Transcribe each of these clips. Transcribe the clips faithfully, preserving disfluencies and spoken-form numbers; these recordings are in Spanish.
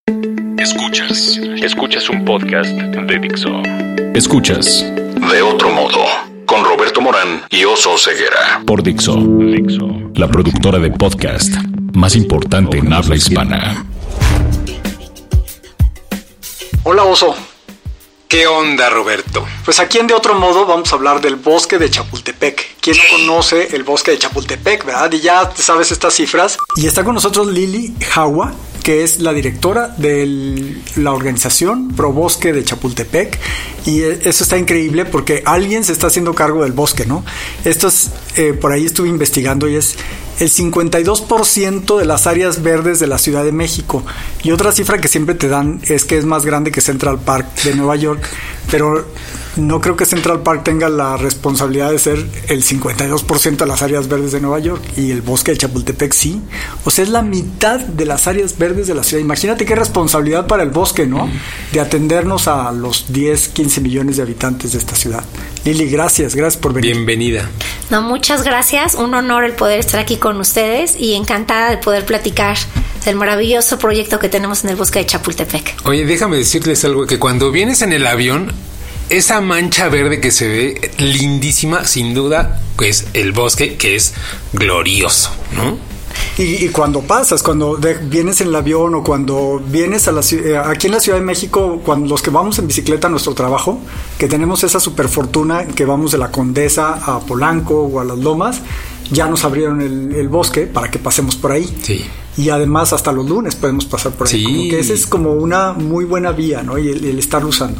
Escuchas, escuchas un podcast de Dixo. Escuchas De Otro Modo con Roberto Morán y Oso Ceguera por Dixo, Dixo, la productora de podcast más importante en habla hispana. Hola, Oso. ¿Qué onda, Roberto? Pues aquí en De Otro Modo vamos a hablar del bosque de Chapultepec. ¿Quién no conoce el bosque de Chapultepec, verdad? Y ya sabes estas cifras. Y está con nosotros Lili Jawa, que es la directora de la organización Pro Bosque de Chapultepec. Y eso está increíble porque alguien se está haciendo cargo del bosque, ¿no? Esto es, eh, por ahí estuve investigando y es el cincuenta y dos por ciento de las áreas verdes de la Ciudad de México. Y otra cifra que siempre te dan es que es más grande que Central Park de Nueva York, pero no creo que Central Park tenga la responsabilidad de ser el cincuenta y dos por ciento de las áreas verdes de Nueva York, y el bosque de Chapultepec sí. O sea, es la mitad de las áreas verdes de la ciudad. Imagínate qué responsabilidad para el bosque, ¿no? De atendernos a los diez, quince millones de habitantes de esta ciudad. Lili, gracias, gracias por venir. Bienvenida. No, muchas gracias. Un honor el poder estar aquí con ustedes y encantada de poder platicar del maravilloso proyecto que tenemos en el bosque de Chapultepec. Oye, déjame decirles algo, que cuando vienes en el avión, esa mancha verde que se ve lindísima, sin duda, es el bosque, que es glorioso, ¿no? Y, y cuando pasas, cuando de, vienes en el avión o cuando vienes a la aquí en la Ciudad de México, cuando los que vamos en bicicleta a nuestro trabajo, que tenemos esa super fortuna que vamos de la Condesa a Polanco o a Las Lomas, ya nos abrieron el, el bosque para que pasemos por ahí. Sí. Y además hasta los lunes podemos pasar por ahí. Sí. Como que esa es como una muy buena vía, ¿no? Y el, el estarlo usando.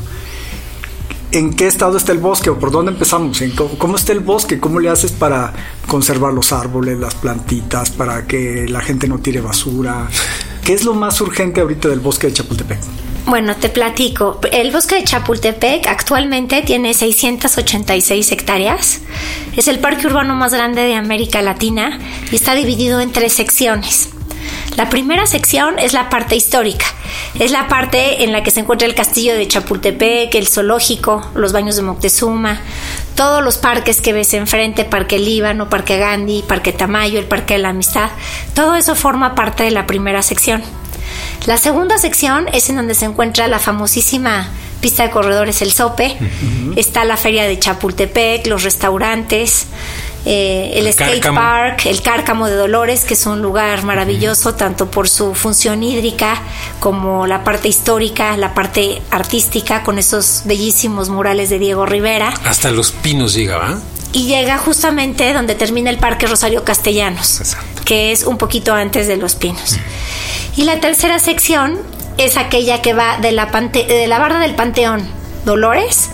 ¿En qué estado está el bosque o por dónde empezamos? ¿En cómo, ¿Cómo está el bosque? ¿Cómo le haces para conservar los árboles, las plantitas, para que la gente no tire basura? ¿Qué es lo más urgente ahorita del bosque de Chapultepec? Bueno, te platico. El bosque de Chapultepec actualmente tiene seiscientas ochenta y seis hectáreas. Es el parque urbano más grande de América Latina y está dividido en tres secciones. La primera sección es la parte histórica. Es la parte en la que se encuentra el castillo de Chapultepec, el zoológico, los baños de Moctezuma, todos los parques que ves enfrente, Parque Líbano, Parque Gandhi, Parque Tamayo, el Parque de la Amistad. Todo eso forma parte de la primera sección. La segunda sección es en donde se encuentra la famosísima pista de corredores El Zope. Uh-huh. Está la feria de Chapultepec, los restaurantes, eh, el, el skate Cárcamo. Park, el Cárcamo de Dolores, que es un lugar maravilloso, uh-huh, tanto por su función hídrica como la parte histórica, la parte artística, con esos bellísimos murales de Diego Rivera. Hasta Los Pinos llega, ¿va? Y llega justamente donde termina el Parque Rosario Castellanos. Exacto. Que es un poquito antes de Los Pinos. Uh-huh. Y la tercera sección es aquella que va de la, pante- de la barra del Panteón Dolores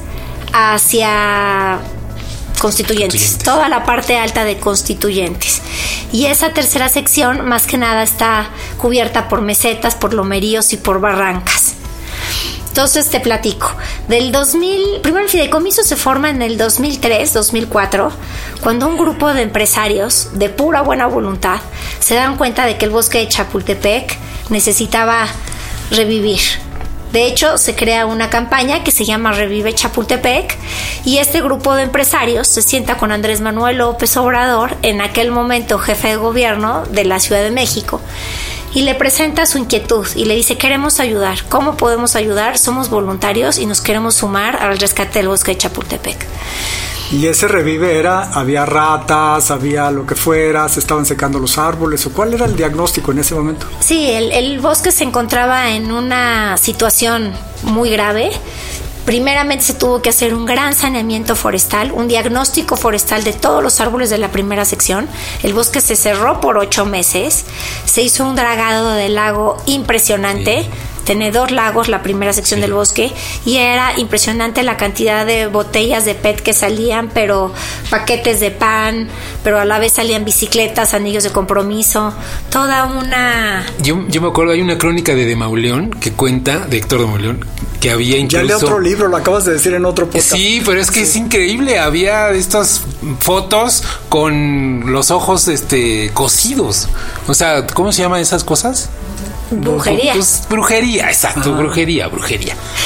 hacia Constituyentes, Constituyentes, toda la parte alta de Constituyentes. Y esa tercera sección más que nada está cubierta por mesetas, por lomeríos y por barrancas. Entonces te platico. Del dos mil, primero el fideicomiso se forma en el dos mil tres, dos mil cuatro, cuando un grupo de empresarios de pura buena voluntad se dan cuenta de que el bosque de Chapultepec necesitaba revivir. De hecho, se crea una campaña que se llama Revive Chapultepec, y este grupo de empresarios se sienta con Andrés Manuel López Obrador, en aquel momento jefe de gobierno de la Ciudad de México, y le presenta su inquietud y le dice: queremos ayudar. ¿Cómo podemos ayudar? Somos voluntarios y nos queremos sumar al rescate del bosque de Chapultepec. Y ese revive era, había ratas, había lo que fuera, se estaban secando los árboles, ¿o cuál era el diagnóstico en ese momento? Sí, el, el bosque se encontraba en una situación muy grave. Primeramente se tuvo que hacer un gran saneamiento forestal, un diagnóstico forestal de todos los árboles de la primera sección. El bosque se cerró por ocho meses, se hizo un dragado del lago impresionante. Sí. Tiene dos lagos la primera sección, sí, del bosque, y era impresionante la cantidad de botellas de P E T que salían, pero paquetes de pan, pero a la vez salían bicicletas, anillos de compromiso, toda una... Yo, yo me acuerdo, hay una crónica de De Mauleón que cuenta, de Héctor de Mauleón, que había incluso... Ya leí otro libro, lo acabas de decir en otro podcast. Sí, pero es que sí, es increíble, había estas fotos con los ojos este cosidos. O sea, ¿cómo se llaman esas cosas? Brujería. Pues, brujería, exacto, ajá, brujería, brujería.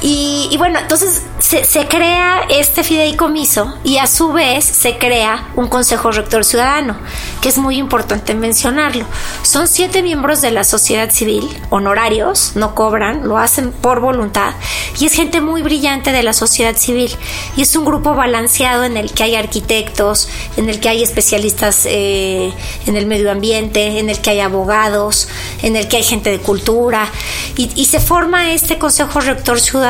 Y, y bueno, entonces se, se crea este fideicomiso y a su vez se crea un Consejo Rector Ciudadano, que es muy importante mencionarlo. Son siete miembros de la sociedad civil, honorarios, no cobran, lo hacen por voluntad, y es gente muy brillante de la sociedad civil. Y es un grupo balanceado en el que hay arquitectos, en el que hay especialistas eh, en el medio ambiente, en el que hay abogados, en el que hay gente de cultura, y, y se forma este Consejo Rector Ciudadano.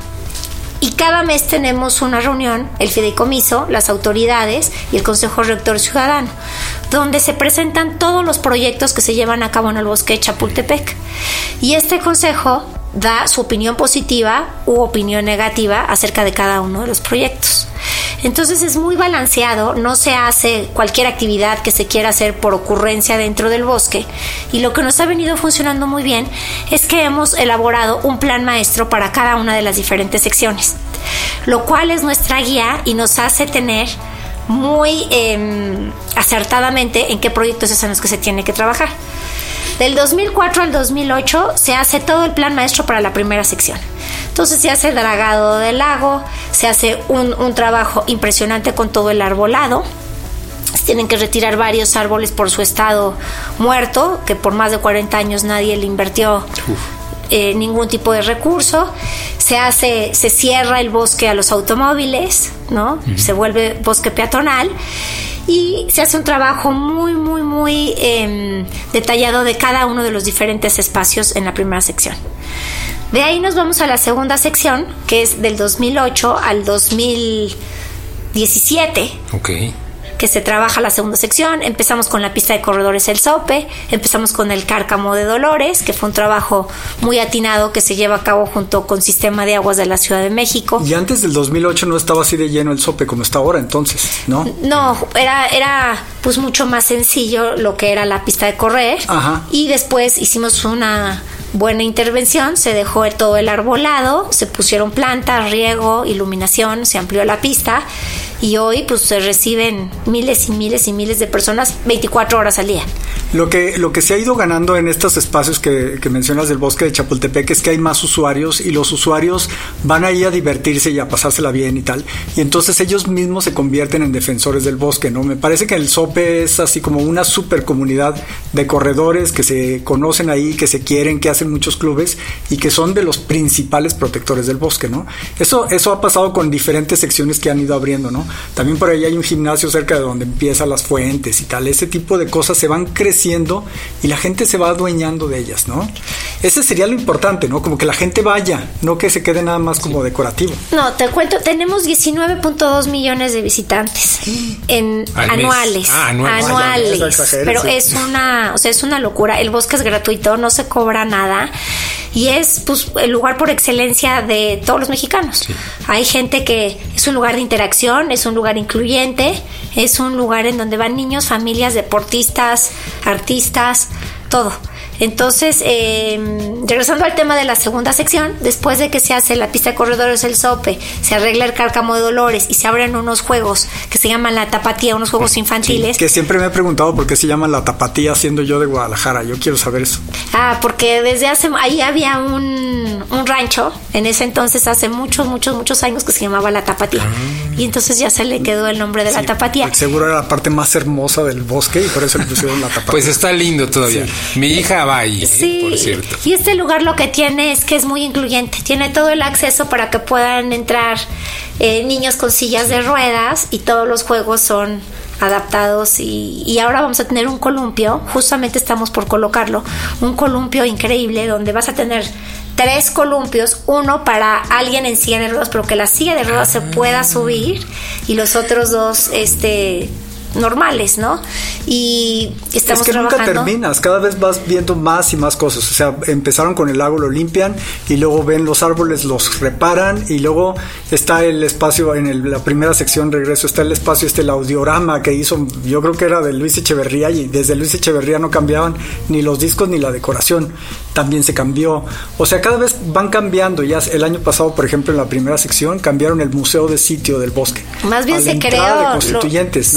Y cada mes tenemos una reunión, el fideicomiso, las autoridades y el Consejo Rector Ciudadano, donde se presentan todos los proyectos que se llevan a cabo en el bosque de Chapultepec. Y este consejo da su opinión positiva u opinión negativa acerca de cada uno de los proyectos. Entonces es muy balanceado, no se hace cualquier actividad que se quiera hacer por ocurrencia dentro del bosque, y lo que nos ha venido funcionando muy bien es que hemos elaborado un plan maestro para cada una de las diferentes secciones, lo cual es nuestra guía y nos hace tener muy eh, acertadamente en qué proyectos es en los que se tiene que trabajar. Del dos mil cuatro al dos mil ocho se hace todo el plan maestro para la primera sección. Entonces se hace dragado del lago, se hace un, un trabajo impresionante con todo el arbolado. Se tienen que retirar varios árboles por su estado muerto, que por más de cuarenta años nadie le invirtió eh, ningún tipo de recurso. Se hace, se cierra el bosque a los automóviles, ¿no? Uh-huh. Se vuelve bosque peatonal. Y se hace un trabajo muy, muy, muy eh, detallado de cada uno de los diferentes espacios en la primera sección. De ahí nos vamos a la segunda sección, que es del dos mil ocho al dos mil diecisiete. Ok. Que se trabaja la segunda sección. Empezamos con la pista de corredores El Sope, empezamos con el Cárcamo de Dolores, que fue un trabajo muy atinado que se lleva a cabo junto con Sistema de Aguas de la Ciudad de México. Y antes del dos mil ocho no estaba así de lleno el Sope como está ahora, entonces, ¿no? No, era, era pues mucho más sencillo lo que era la pista de correr. Ajá. Y después hicimos una buena intervención, se dejó todo el arbolado, se pusieron plantas, riego, iluminación, se amplió la pista. Y hoy pues se reciben miles y miles y miles de personas veinticuatro horas al día. Lo que, lo que se ha ido ganando en estos espacios que, que mencionas del bosque de Chapultepec es que hay más usuarios, y los usuarios van ahí a divertirse y a pasársela bien y tal, y entonces ellos mismos se convierten en defensores del bosque, ¿no? Me parece que el Sope es así como una super comunidad de corredores que se conocen ahí, que se quieren, que hacen muchos clubes y que son de los principales protectores del bosque, ¿no? Eso, eso ha pasado con diferentes secciones que han ido abriendo, ¿no? También por ahí hay un gimnasio cerca de donde empiezan las fuentes y tal. Ese tipo de cosas se van creciendo y la gente se va adueñando de ellas, ¿no? Ese sería lo importante, ¿no? Como que la gente vaya, no que se quede nada más como decorativo. No, te cuento, tenemos diecinueve punto dos millones de visitantes en anuales. Ah, anuales. Anuales. No exageres, pero sí. es una, o sea, es una locura. El bosque es gratuito, no se cobra nada. Y es pues el lugar por excelencia de todos los mexicanos. Sí. Hay gente que es un lugar de interacción, es un lugar incluyente, es un lugar en donde van niños, familias, deportistas, artistas, todo. Entonces, eh, regresando al tema de la segunda sección, después de que se hace la pista de corredores El Sope, se arregla el Cárcamo de Dolores y se abren unos juegos que se llaman la Tapatía, unos juegos infantiles. Sí, que siempre me he preguntado por qué se llama la Tapatía siendo yo de Guadalajara. Yo quiero saber eso. Ah, porque desde hace, ahí había un, un rancho, en ese entonces hace muchos, muchos, muchos años, que se llamaba la Tapatía. Ah. Y entonces ya se le quedó el nombre de sí, la Tapatía. Seguro era la parte más hermosa del bosque y por eso le pusieron la Tapatía. Pues está lindo todavía. Sí. Mi hija va ahí, sí, por cierto. Y este lugar lo que tiene es que es muy incluyente. Tiene todo el acceso para que puedan entrar eh, niños con sillas de ruedas, y todos los juegos son adaptados, y, y ahora vamos a tener un columpio, justamente estamos por colocarlo, un columpio increíble donde vas a tener tres columpios, uno para alguien en silla de ruedas, pero que la silla de ruedas se pueda subir, y los otros dos este normales, ¿no? Y estamos es que trabajando. Nunca terminas, cada vez vas viendo más y más cosas. O sea, empezaron con el lago, lo limpian, y luego ven los árboles, los reparan, y luego está el espacio en el, la primera sección, regreso, está el espacio, este el audiorama que hizo, yo creo que era de Luis Echeverría, y desde Luis Echeverría no cambiaban ni los discos ni la decoración, también se cambió. O sea, cada vez van cambiando. Ya el año pasado, por ejemplo, en la primera sección cambiaron el museo de sitio del bosque. Más bien a se la creó de Constituyentes, lo, ¿no? Sí,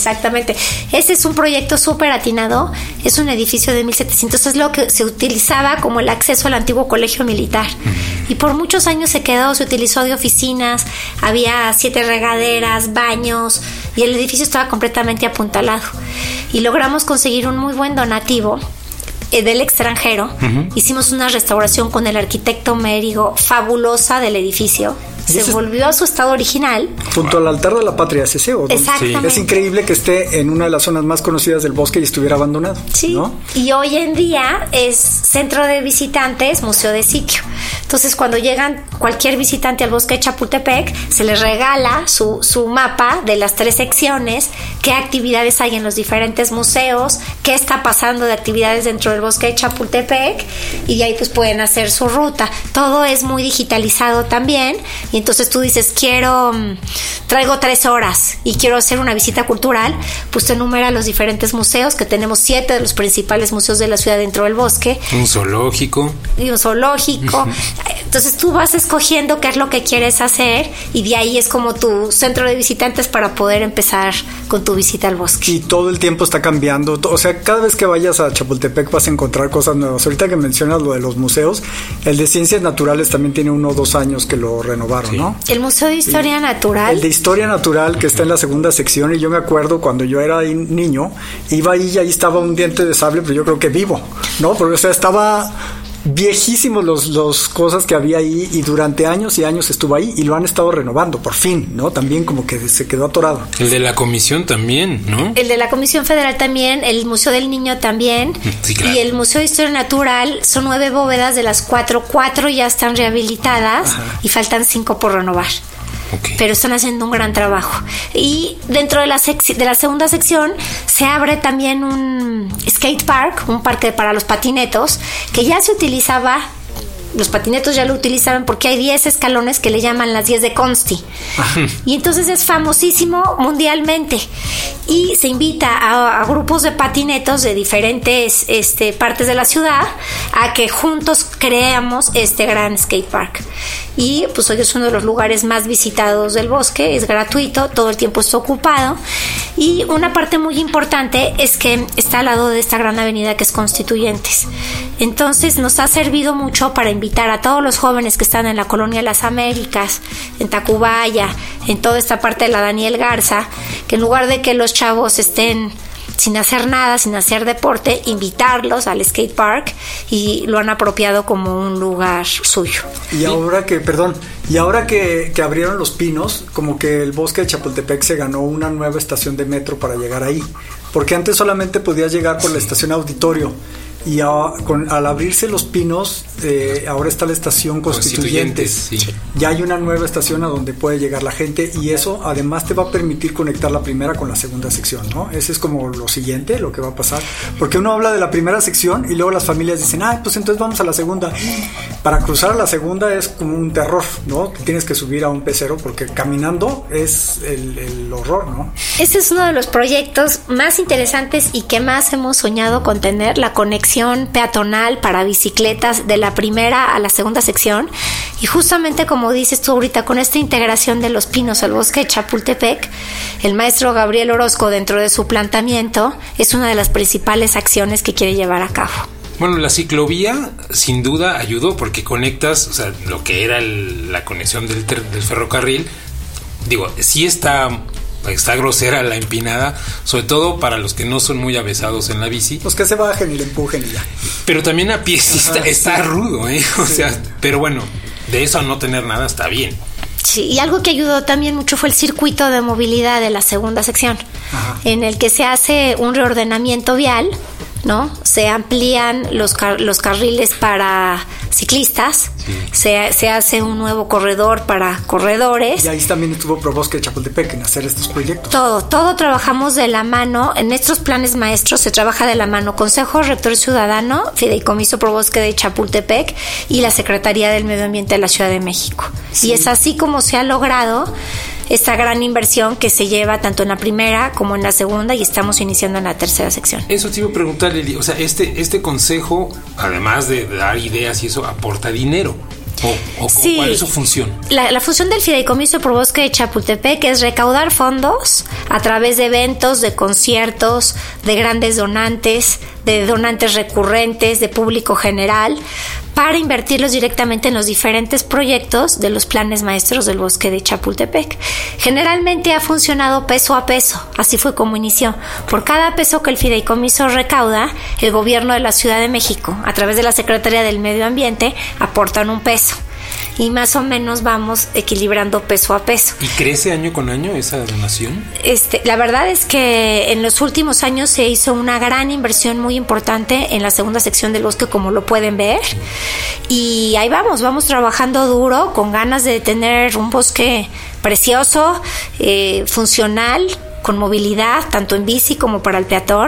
Exactamente. Ese es un proyecto súper atinado. Es un edificio de mil setecientos. Es lo que se utilizaba como el acceso al antiguo colegio militar. Y por muchos años se quedó, se utilizó de oficinas. Había siete regaderas, baños. Y el edificio estaba completamente apuntalado. Y logramos conseguir un muy buen donativo del extranjero. Uh-huh. Hicimos una restauración con el arquitecto Mérigo fabulosa del edificio. Se volvió a su estado original. Junto al altar de la patria, ¿es ese? ¿O exactamente. Es increíble que esté en una de las zonas más conocidas del bosque y estuviera abandonado. Sí, ¿no? Y hoy en día es centro de visitantes, museo de sitio. Entonces, cuando llegan cualquier visitante al bosque de Chapultepec, se les regala su, su mapa de las tres secciones, qué actividades hay en los diferentes museos, qué está pasando de actividades dentro del bosque de Chapultepec, y de ahí pues pueden hacer su ruta. Todo es muy digitalizado también. Y entonces tú dices, quiero, traigo tres horas y quiero hacer una visita cultural, pues te enumera los diferentes museos, que tenemos siete de los principales museos de la ciudad dentro del bosque. Un zoológico. Y un zoológico. Entonces tú vas escogiendo qué es lo que quieres hacer y de ahí es como tu centro de visitantes para poder empezar con tu visita al bosque. Y todo el tiempo está cambiando. O sea, cada vez que vayas a Chapultepec vas a encontrar cosas nuevas. Ahorita que mencionas lo de los museos, el de Ciencias Naturales también tiene uno o dos años que lo renovaron. Sí. ¿No? El Museo de Historia el, Natural. El de Historia Natural, que está en la segunda sección, y yo me acuerdo cuando yo era niño, iba ahí y ahí estaba un diente de sable, pero yo creo que vivo, ¿no? Porque, o sea, estaba viejísimos los, los cosas que había ahí y durante años y años estuvo ahí y lo han estado renovando, por fin, ¿no? También como que se quedó atorado. El de la Comisión también, ¿no? El de la Comisión Federal también, el Museo del Niño también. Sí, claro. Y el Museo de Historia Natural son nueve bóvedas, de las cuatro, cuatro ya están rehabilitadas. Ajá. Y faltan cinco por renovar. Okay. Pero están haciendo un gran trabajo. Y dentro de la, sec- de la segunda sección se abre también un skate park, un parque para los patinetos, que ya se utilizaba. Los patinetos ya lo utilizaban porque hay diez escalones que le llaman las diez de Consti. Ajá. Y entonces es famosísimo mundialmente. Y se invita a, a grupos de patinetos de diferentes este, partes de la ciudad a que juntos creamos este gran skate park. Y pues hoy es uno de los lugares más visitados del bosque, es gratuito, todo el tiempo está ocupado. Y una parte muy importante es que está al lado de esta gran avenida que es Constituyentes. Entonces nos ha servido mucho para invitar a todos los jóvenes que están en la Colonia Las Américas, en Tacubaya, en toda esta parte de la Daniel Garza, que en lugar de que los chavos estén sin hacer nada, sin hacer deporte, invitarlos al skate park, y lo han apropiado como un lugar suyo. Y ahora que, perdón, y ahora que, que abrieron Los Pinos, como que el bosque de Chapultepec se ganó una nueva estación de metro para llegar ahí, porque antes solamente podías llegar por la estación Auditorio. Y a, con, al abrirse Los Pinos, eh, ahora está la estación Constituyentes. Constituyentes, sí. Ya hay una nueva estación a donde puede llegar la gente, y eso además te va a permitir conectar la primera con la segunda sección, ¿no? Ese es como lo siguiente, lo que va a pasar. Porque uno habla de la primera sección y luego las familias dicen, ah, pues entonces vamos a la segunda. Para cruzar a la segunda es como un terror, ¿no? Tienes que subir a un pecero porque caminando es el, el horror, ¿no? Ese es uno de los proyectos más interesantes y que más hemos soñado con tener, la conexión peatonal para bicicletas de la primera a la segunda sección. Y justamente como dices tú ahorita, con esta integración de Los Pinos al bosque de Chapultepec, el maestro Gabriel Orozco, dentro de su planteamiento, es una de las principales acciones que quiere llevar a cabo. Bueno, la ciclovía sin duda ayudó porque conectas, o sea, lo que era el, la conexión del, ter, del ferrocarril. Digo, sí está está grosera la empinada, sobre todo para los que no son muy avesados en la bici. Los que se bajen y le empujen y ya. Pero también a pie sí está, está rudo, ¿eh? O sí. sea, pero bueno, de eso a no tener nada está bien. Sí, y algo que ayudó también mucho fue el circuito de movilidad de la segunda sección, Ajá. en el que se hace un reordenamiento vial, ¿no? Se amplían los, car- los carriles para ciclistas, sí. se, se hace un nuevo corredor para corredores. Y ahí también estuvo Probosque de Chapultepec en hacer estos proyectos. Todo, todo trabajamos de la mano. En estos planes maestros se trabaja de la mano Consejo Rector Ciudadano, Fideicomiso Probosque de Chapultepec y la Secretaría del Medio Ambiente de la Ciudad de México. Sí. Y es así como se ha logrado esta gran inversión que se lleva tanto en la primera como en la segunda, y estamos iniciando en la tercera sección. Eso te iba a preguntar, Lili, o sea, este, este consejo, además de dar ideas y eso, aporta dinero. ¿O, o sí, cuál es su función? La, la función del Fideicomiso Pro Bosque de Chapultepec es recaudar fondos a través de eventos, de conciertos, de grandes donantes, de donantes recurrentes, de público general, para invertirlos directamente en los diferentes proyectos de los planes maestros del bosque de Chapultepec. Generalmente ha funcionado peso a peso, así fue como inició. Por cada peso que el fideicomiso recauda, el gobierno de la Ciudad de México, a través de la Secretaría del Medio Ambiente, aportan un peso. Y más o menos vamos equilibrando peso a peso. ¿Y crece año con año esa donación? Este, la verdad es que en los últimos años se hizo una gran inversión muy importante en la segunda sección del bosque, como lo pueden ver. Y ahí vamos, vamos trabajando duro, con ganas de tener un bosque precioso, eh, funcional, con movilidad, tanto en bici como para el peatón.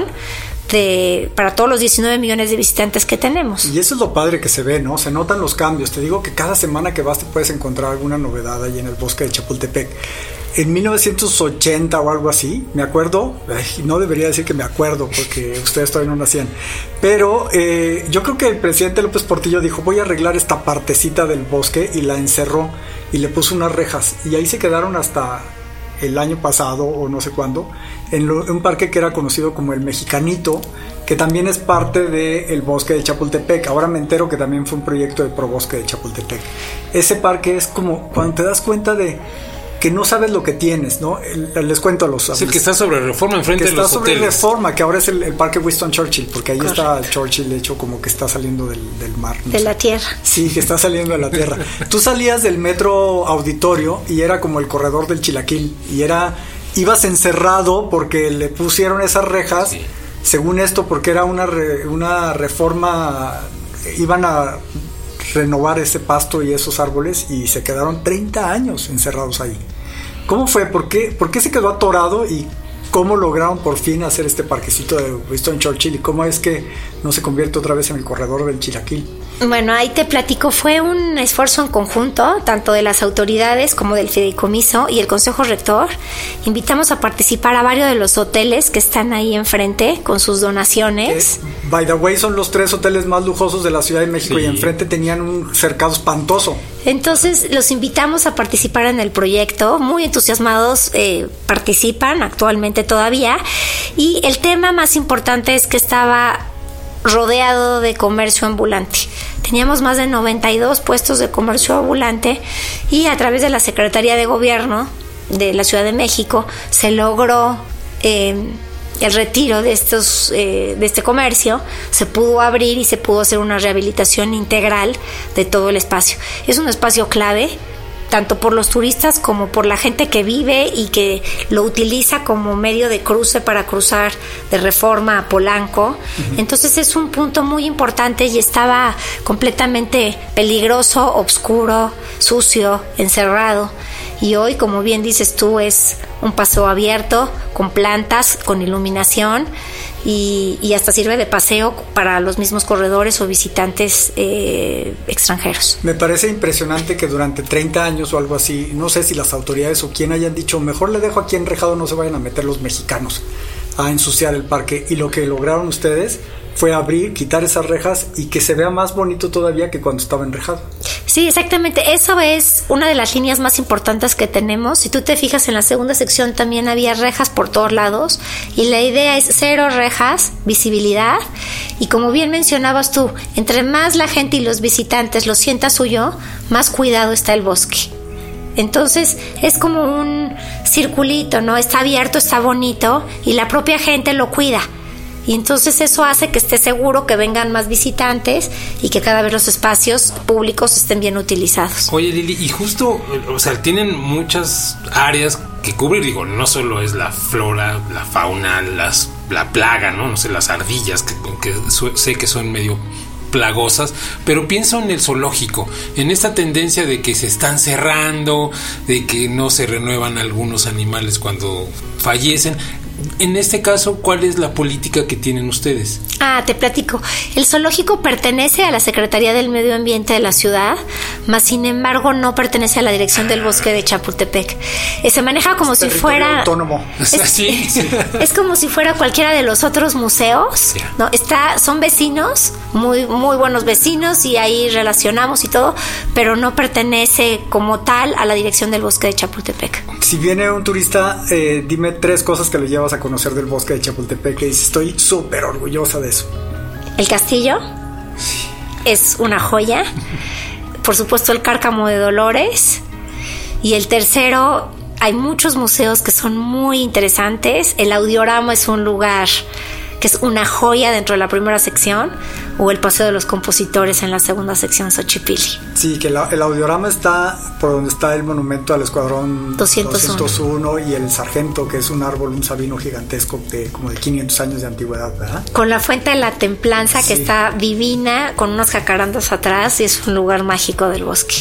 De, para todos los diecinueve millones de visitantes que tenemos. Y eso es lo padre que se ve, ¿no? Se notan los cambios. Te digo que cada semana que vas te puedes encontrar alguna novedad ahí en el bosque de Chapultepec. En mil novecientos ochenta o algo así, me acuerdo, ay, no debería decir que me acuerdo porque ustedes todavía no nacían, pero eh, yo creo que el presidente López Portillo dijo, voy a arreglar esta partecita del bosque, y la encerró y le puso unas rejas, y ahí se quedaron hasta el año pasado o no sé cuándo, en, lo, en un parque que era conocido como el Mexicanito, que también es parte del bosque de Chapultepec. Ahora me entero que también fue un proyecto de Pro Bosque de Chapultepec. Ese parque es como cuando te das cuenta de que no sabes lo que tienes, ¿no? El, les cuento a los... Es el que está sobre Reforma, enfrente de los hoteles. Que está sobre Reforma, que ahora es el, el Parque Winston Churchill, porque ahí Correcto. Está Churchill hecho como que está saliendo del, del mar. No de sé. La tierra. Sí, que está saliendo de la tierra. Tú salías del metro Auditorio y era como el corredor del Chilaquil, y era... ibas encerrado porque le pusieron esas rejas, sí. Según esto, porque era una, re, una reforma, iban a renovar ese pasto y esos árboles, y se quedaron treinta años encerrados ahí. ¿Cómo fue? ¿Por qué, por qué se quedó atorado? ¿Y cómo lograron por fin hacer este parquecito de Winston Churchill? ¿Y cómo es que no se convierte otra vez en el corredor del Chilaquil? Bueno, ahí te platico, fue un esfuerzo en conjunto, tanto de las autoridades como del fideicomiso y el Consejo Rector. Invitamos a participar a varios de los hoteles que están ahí enfrente con sus donaciones. Eh, by the way, son los tres hoteles más lujosos de la Ciudad de México, sí. Y enfrente tenían un cercado espantoso. Entonces los invitamos a participar en el proyecto, muy entusiasmados, eh, participan actualmente todavía, y el tema más importante es que estaba rodeado de comercio ambulante. Teníamos más de noventa y dos puestos de comercio ambulante, y a través de la Secretaría de Gobierno de la Ciudad de México se logró eh, el retiro de estos eh, de este comercio. Se pudo abrir y se pudo hacer una rehabilitación integral de todo el espacio. Es un espacio clave, tanto por los turistas como por la gente que vive y que lo utiliza como medio de cruce para cruzar de Reforma a Polanco. Uh-huh. Entonces es un punto muy importante, y estaba completamente peligroso, oscuro, sucio, encerrado. Y hoy, como bien dices tú, es un paseo abierto, con plantas, con iluminación, y, y hasta sirve de paseo para los mismos corredores o visitantes eh, extranjeros. Me parece impresionante que durante treinta años o algo así, no sé si las autoridades o quien hayan dicho, mejor le dejo aquí enrejado, no se vayan a meter los mexicanos a ensuciar el parque, y lo que lograron ustedes fue abrir, quitar esas rejas y que se vea más bonito todavía que cuando estaba enrejado. Sí, exactamente. Eso es una de las líneas más importantes que tenemos. Si tú te fijas, en la segunda sección también había rejas por todos lados, y la idea es cero rejas, visibilidad, y como bien mencionabas tú, entre más la gente y los visitantes lo sienta suyo, más cuidado está el bosque. Entonces es como un circulito, ¿no? Está abierto, está bonito, y la propia gente lo cuida. Y entonces eso hace que esté seguro que vengan más visitantes y que cada vez los espacios públicos estén bien utilizados. Oye, Lili, y justo, o sea, tienen muchas áreas que cubrir. Digo, no solo es la flora, la fauna, las, la plaga, ¿no? No sé, las ardillas, que, que su, sé que son medio plagosas, pero pienso en el zoológico, en esta tendencia de que se están cerrando, de que no se renuevan algunos animales cuando fallecen. En este caso, ¿cuál es la política que tienen ustedes? Ah, te platico. El zoológico pertenece a la Secretaría del Medio Ambiente de la ciudad. mas sin embargo no pertenece a la dirección del bosque de Chapultepec. Eh, se maneja como si fuera autónomo. Es, sí, sí. es como si fuera cualquiera de los otros museos, yeah. ¿no? Está, son vecinos, muy, muy buenos vecinos, y ahí relacionamos y todo, pero no pertenece como tal a la dirección del bosque de Chapultepec. Si viene un turista, eh, dime tres cosas que lo llevas a conocer del bosque de Chapultepec, y estoy súper orgullosa de eso. El castillo es una joya. Por supuesto, el Cárcamo de Dolores. Y el tercero, hay muchos museos que son muy interesantes. El Audiorama es un lugar que es una joya dentro de la primera sección, o el Paseo de los Compositores en la segunda sección, Xochipilli. Sí, que la, el Audiorama está por donde está el monumento al escuadrón doscientos uno. doscientos uno y el Sargento, que es un árbol, un sabino gigantesco de como de quinientos años de antigüedad, ¿verdad? Con la Fuente de la Templanza, sí, que está divina, con unas jacarandas atrás, y es un lugar mágico del bosque.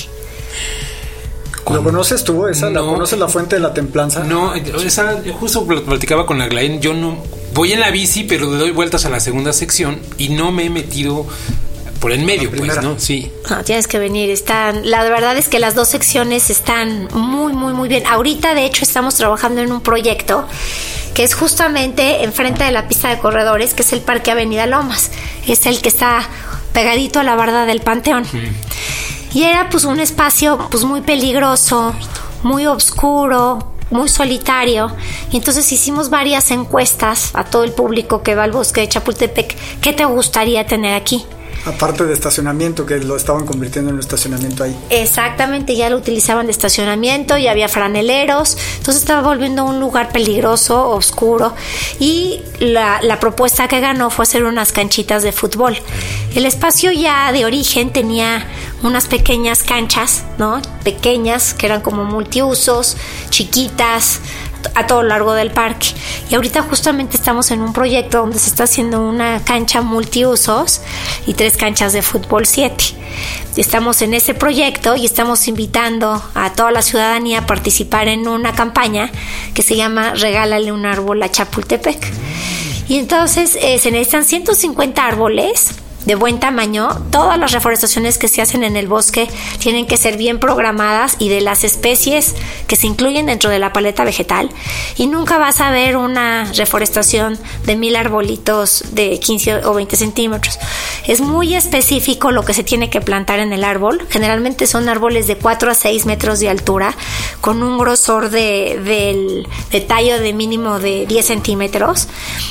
¿Lo conoces tú? ¿Esa? No, ¿la conoces, la Fuente de la Templanza? No, esa, yo justo platicaba con Aglaén. Yo no voy en la bici, pero le doy vueltas a la segunda sección y no me he metido por en medio, pues, ¿no? Sí. No, tienes que venir. Están, la verdad es que las dos secciones están muy, muy, muy bien. Ahorita, de hecho, estamos trabajando en un proyecto que es justamente enfrente de la pista de corredores, que es el Parque Avenida Lomas. Es el que está pegadito a la barda del Panteón. Mm. Y era pues un espacio pues muy peligroso, muy oscuro, muy solitario. Y entonces hicimos varias encuestas a todo el público que va al bosque de Chapultepec. ¿Qué te gustaría tener aquí? Aparte de estacionamiento, que lo estaban convirtiendo en un estacionamiento ahí. Exactamente, ya lo utilizaban de estacionamiento, ya había franeleros, entonces estaba volviendo un lugar peligroso, oscuro, y la, la propuesta que ganó fue hacer unas canchitas de fútbol. El espacio ya de origen tenía unas pequeñas canchas, ¿no? Pequeñas, que eran como multiusos, chiquitas, a todo lo largo del parque. Y ahorita justamente estamos en un proyecto donde se está haciendo una cancha multiusos y tres canchas de fútbol siete. Estamos en ese proyecto y estamos invitando a toda la ciudadanía a participar en una campaña que se llama Regálale un árbol a Chapultepec. Y entonces eh, se necesitan ciento cincuenta árboles de buen tamaño. Todas las reforestaciones que se hacen en el bosque tienen que ser bien programadas y de las especies que se incluyen dentro de la paleta vegetal, y nunca vas a ver una reforestación de mil arbolitos de quince o veinte centímetros. Es muy específico lo que se tiene que plantar en el árbol. Generalmente son árboles de cuatro a seis metros de altura, con un grosor de, de, de tallo de mínimo de diez centímetros.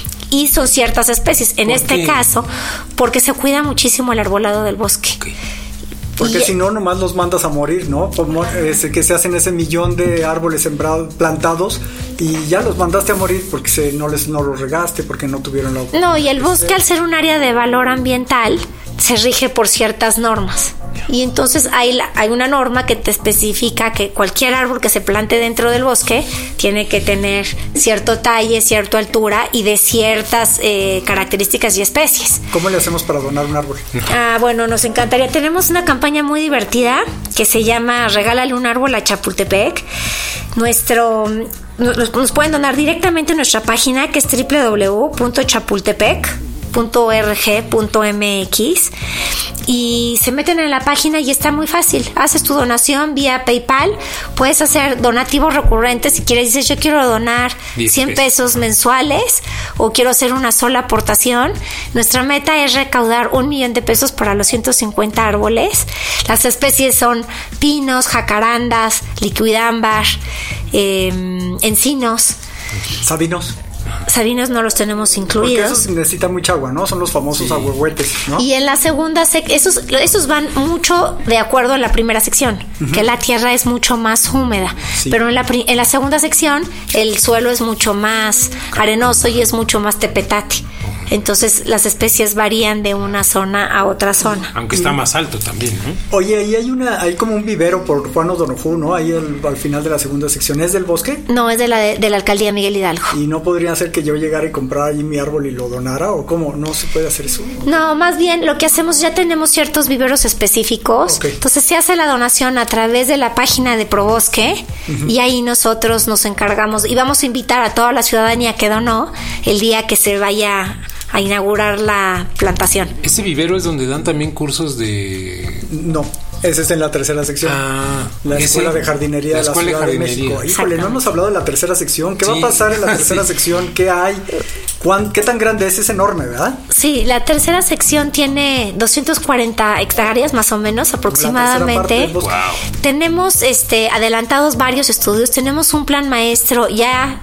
Y son ciertas especies, en este qué? caso, porque se cuida muchísimo el arbolado del bosque. Okay. Porque y, si no, nomás los mandas a morir, ¿no? Como ese, que se hacen ese millón de árboles sembrados, plantados, y ya los mandaste a morir porque se, no les no los regaste, porque no tuvieron la oportunidad. No, y el bosque, al ser un área de valor ambiental, se rige por ciertas normas. Y entonces hay, la, hay una norma que te especifica que cualquier árbol que se plante dentro del bosque tiene que tener cierto talle, cierta altura y de ciertas eh, características y especies. ¿Cómo le hacemos para donar un árbol? Ah, bueno, nos encantaría. Tenemos una campaña muy divertida que se llama Regálale un árbol a Chapultepec. Nuestro... Nos, nos pueden donar directamente en nuestra página, que es doble u doble u doble u punto chapultepec punto org punto m x, y se meten en la página y está muy fácil. Haces tu donación vía PayPal, puedes hacer donativos recurrentes. Si quieres, dices yo quiero donar cien pesos mensuales o quiero hacer una sola aportación. Nuestra meta es recaudar un millón de pesos para los ciento cincuenta árboles. Las especies son pinos, jacarandas, liquidámbar, eh, encinos, sabinos. Sabinos no los tenemos incluidos. Porque esos necesitan mucha agua, ¿no? Son los famosos sí. ahuehuetes, ¿no? Y en la segunda sec- esos, esos van mucho de acuerdo a la primera sección, uh-huh. que la tierra es mucho más húmeda. Sí. Pero en la, pri- en la segunda sección el suelo es mucho más arenoso y es mucho más tepetate. Entonces las especies varían de una zona a otra zona. Aunque está más alto también, ¿no? Oye, ahí hay una, hay como un vivero por Juan O'Donoghue, ¿no? Ahí al, al final de la segunda sección. ¿Es del bosque? No, es de la de, de la alcaldía Miguel Hidalgo. ¿Y no podría ser que yo llegara y comprara ahí mi árbol y lo donara? ¿O cómo? ¿No se puede hacer eso? No, más bien lo que hacemos, ya tenemos ciertos viveros específicos. Okay. Entonces se hace la donación a través de la página de Probosque, uh-huh. y ahí nosotros nos encargamos y vamos a invitar a toda la ciudadanía que donó el día que se vaya a inaugurar la plantación. ¿Ese vivero es donde dan también cursos de...? No. Ese es en la tercera sección. Ah, la Escuela ese, de Jardinería la de la Escuela Ciudad de de México. Híjole, no hemos hablado de la tercera sección. ¿Qué sí. va a pasar en la tercera sí. sección? ¿Qué hay? ¿Cuán, ¿Qué tan grande es? Es enorme, ¿verdad? Sí, la tercera sección tiene doscientas cuarenta hectáreas más o menos aproximadamente. Wow. Tenemos este adelantados varios estudios. Tenemos un plan maestro ya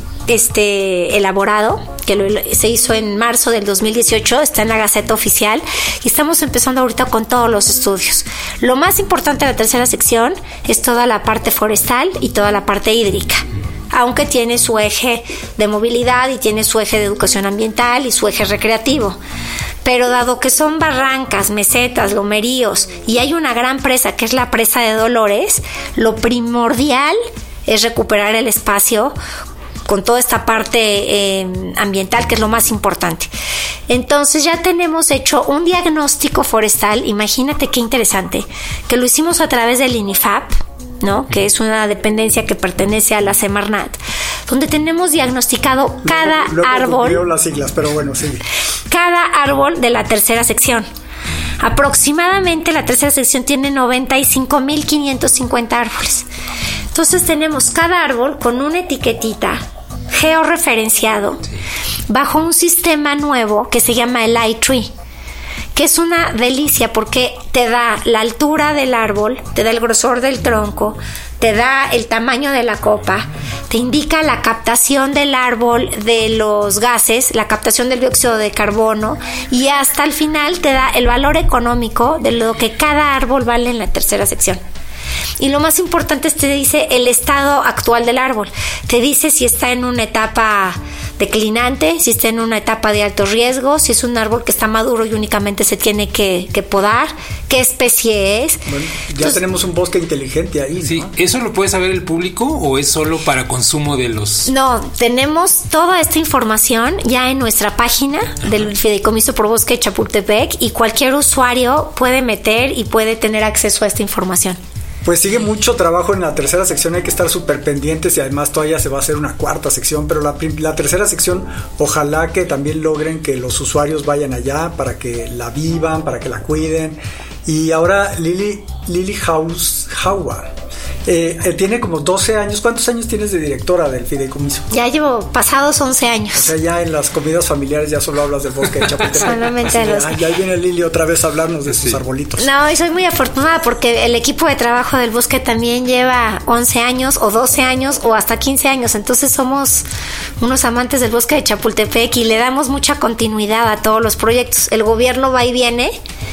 este elaborado que lo, se hizo en marzo del dos mil dieciocho, está en la Gaceta Oficial y estamos empezando ahorita con todos los estudios. Lo más importante de la tercera sección es toda la parte forestal y toda la parte hídrica, aunque tiene su eje de movilidad y tiene su eje de educación ambiental y su eje recreativo. Pero dado que son barrancas, mesetas, lomeríos y hay una gran presa que es la presa de Dolores, lo primordial es recuperar el espacio con toda esta parte eh, ambiental, que es lo más importante. Entonces ya tenemos hecho un diagnóstico forestal, imagínate qué interesante, que lo hicimos a través del INIFAP, ¿no? Que es una dependencia que pertenece a la Semarnat, donde tenemos diagnosticado cada luego, luego árbol. Veo las siglas, pero bueno, sí. Cada árbol de la tercera sección. Aproximadamente la tercera sección tiene noventa y cinco mil quinientos cincuenta árboles. Entonces tenemos cada árbol con una etiquetita georreferenciado bajo un sistema nuevo que se llama el iTree, que es una delicia porque te da la altura del árbol, te da el grosor del tronco, te da el tamaño de la copa, te indica la captación del árbol de los gases, la captación del dióxido de carbono y hasta el final te da el valor económico de lo que cada árbol vale en la tercera sección. Y lo más importante es que te dice el estado actual del árbol. Te dice si está en una etapa declinante, si está en una etapa de alto riesgo, si es un árbol que está maduro y únicamente se tiene que, que podar, qué especie es. Bueno, ya Entonces, tenemos un bosque inteligente ahí, ¿no? Sí, ¿eso lo puede saber el público o es solo para consumo de los...? No, tenemos toda esta información ya en nuestra página del Fideicomiso por Bosque de Chapultepec y cualquier usuario puede meter y puede tener acceso a esta información. Pues sigue mucho trabajo en la tercera sección, hay que estar súper pendientes y además todavía se va a hacer una cuarta sección, pero la, la tercera sección ojalá que también logren que los usuarios vayan allá para que la vivan, para que la cuiden. Y ahora Lili, Lili Haus, Hawa, eh, eh, tiene como doce años. ¿Cuántos años tienes de directora del Fideicomiso? Ya llevo pasados once años. O sea, ya en las comidas familiares ya solo hablas del bosque de Chapultepec. Solamente Así, los... ya, ya viene Lili otra vez a hablarnos de sí. sus arbolitos. No, y soy muy afortunada porque el equipo de trabajo del bosque también lleva once años o doce años o hasta quince años. Entonces somos unos amantes del bosque de Chapultepec y le damos mucha continuidad a todos los proyectos. El gobierno va y viene,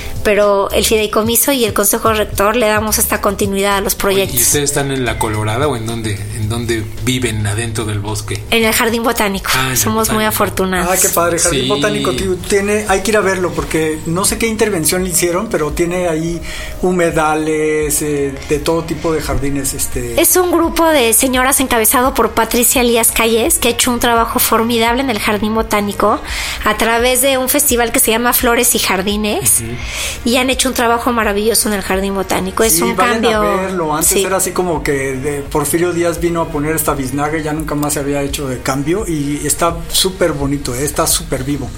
pero el Fideicomiso y el Consejo Rector le damos esta continuidad a los proyectos. ¿Y ustedes están en la Colorada o en dónde, en dónde viven adentro del bosque? En el Jardín Botánico. Ah, somos botánico. Muy afortunados. Ah, qué padre. El Jardín sí. Botánico tiene, hay que ir a verlo porque no sé qué intervención le hicieron, pero tiene ahí humedales, eh, de todo tipo de jardines. Este... Es un grupo de señoras encabezado por Patricia Elías Calles que ha hecho un trabajo formidable en el Jardín Botánico a través de un festival que se llama Flores y Jardines. Uh-huh. Y han hecho un trabajo maravilloso en el Jardín Botánico. Es sí, un vayan cambio. A verlo. Antes sí. era así como que de Porfirio Díaz vino a poner esta biznaga y ya nunca más se había hecho de cambio. Y está súper bonito, ¿eh? Está súper vivo.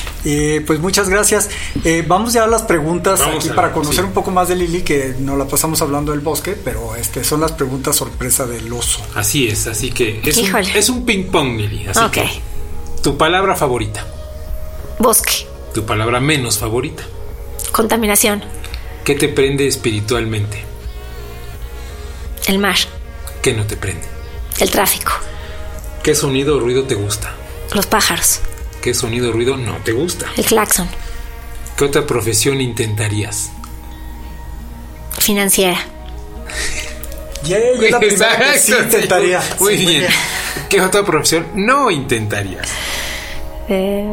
Eh, pues muchas gracias. Eh, vamos ya a las preguntas vamos aquí a, para conocer sí. un poco más de Lili, que nos la pasamos hablando del bosque, pero este son las preguntas sorpresa del oso. Así es, así que es, un, es un ping pong, Lili. Así okay. que tu palabra favorita. Bosque. Tu palabra menos favorita. Contaminación. ¿Qué te prende espiritualmente? El mar. ¿Qué no te prende? El tráfico. ¿Qué sonido o ruido te gusta? Los pájaros. ¿Qué sonido o ruido no te gusta? El claxon. ¿Qué otra profesión intentarías? Financiera. Yeah, yo la primera que sí intentaría. Muy sí, bien. bien. ¿Qué otra profesión no intentarías? Eh...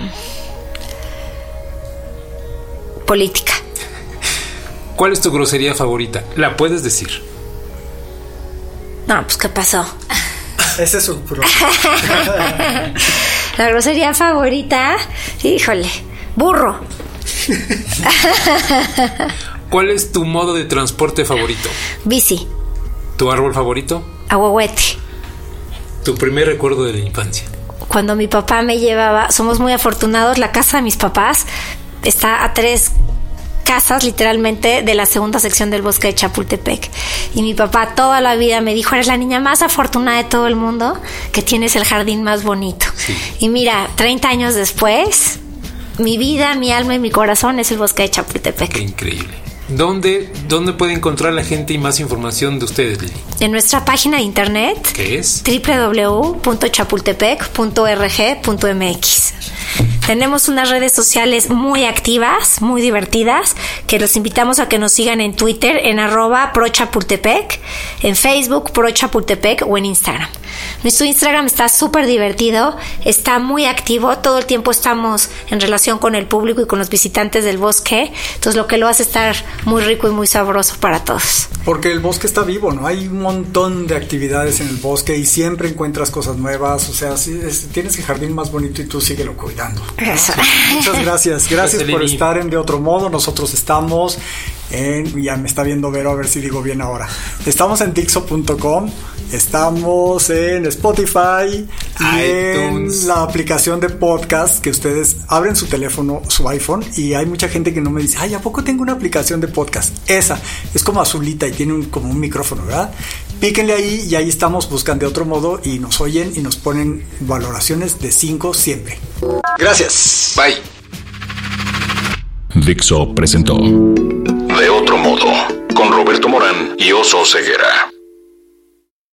Política. ¿Cuál es tu grosería favorita? ¿La puedes decir? No, pues ¿qué pasó? Ese es un problema. La grosería favorita, híjole, burro. ¿Cuál es tu modo de transporte favorito? Bici. ¿Tu árbol favorito? Aguahuete. ¿Tu primer recuerdo de la infancia? Cuando mi papá me llevaba, somos muy afortunados, la casa de mis papás está a tres casas literalmente de la segunda sección del bosque de Chapultepec. Y mi papá toda la vida me dijo, eres la niña más afortunada de todo el mundo, que tienes el jardín más bonito. Sí. Y mira, treinta años después, mi vida, mi alma y mi corazón es el bosque de Chapultepec. Qué increíble. ¿Dónde, ¿Dónde puede encontrar la gente y más información de ustedes, Lili? En nuestra página de internet, ¿qué es? doble u doble u doble u punto chapultepec punto org punto m x. Tenemos unas redes sociales muy activas, muy divertidas, que los invitamos a que nos sigan en Twitter, en arroba prochapultepec, en Facebook, prochapultepec o en Instagram. Nuestro Instagram está súper divertido, está muy activo, todo el tiempo estamos en relación con el público y con los visitantes del bosque, entonces lo que lo hace estar muy rico y muy sabroso para todos. Porque el bosque está vivo, ¿no? Hay un montón de actividades en el bosque y siempre encuentras cosas nuevas, o sea, sí, es, tienes el jardín más bonito y tú síguelo cuidando. Eso. Muchas gracias, gracias por estar en De Otro Modo. Nosotros estamos en, ya me está viendo Vero, a ver si digo bien ahora. Estamos en Dixo punto com, estamos en Spotify y iTunes, en la aplicación de podcast que ustedes abren su teléfono, su iPhone, y hay mucha gente que no me dice, ay, ¿a poco tengo una aplicación de podcast? Esa, es como azulita y tiene un, como un micrófono, ¿verdad? Píquenle ahí y ahí estamos, buscan De Otro Modo y nos oyen y nos ponen valoraciones de cinco siempre. Gracias. Bye. Dixo presentó De Otro Modo con Roberto Morán y Oso Ceguera.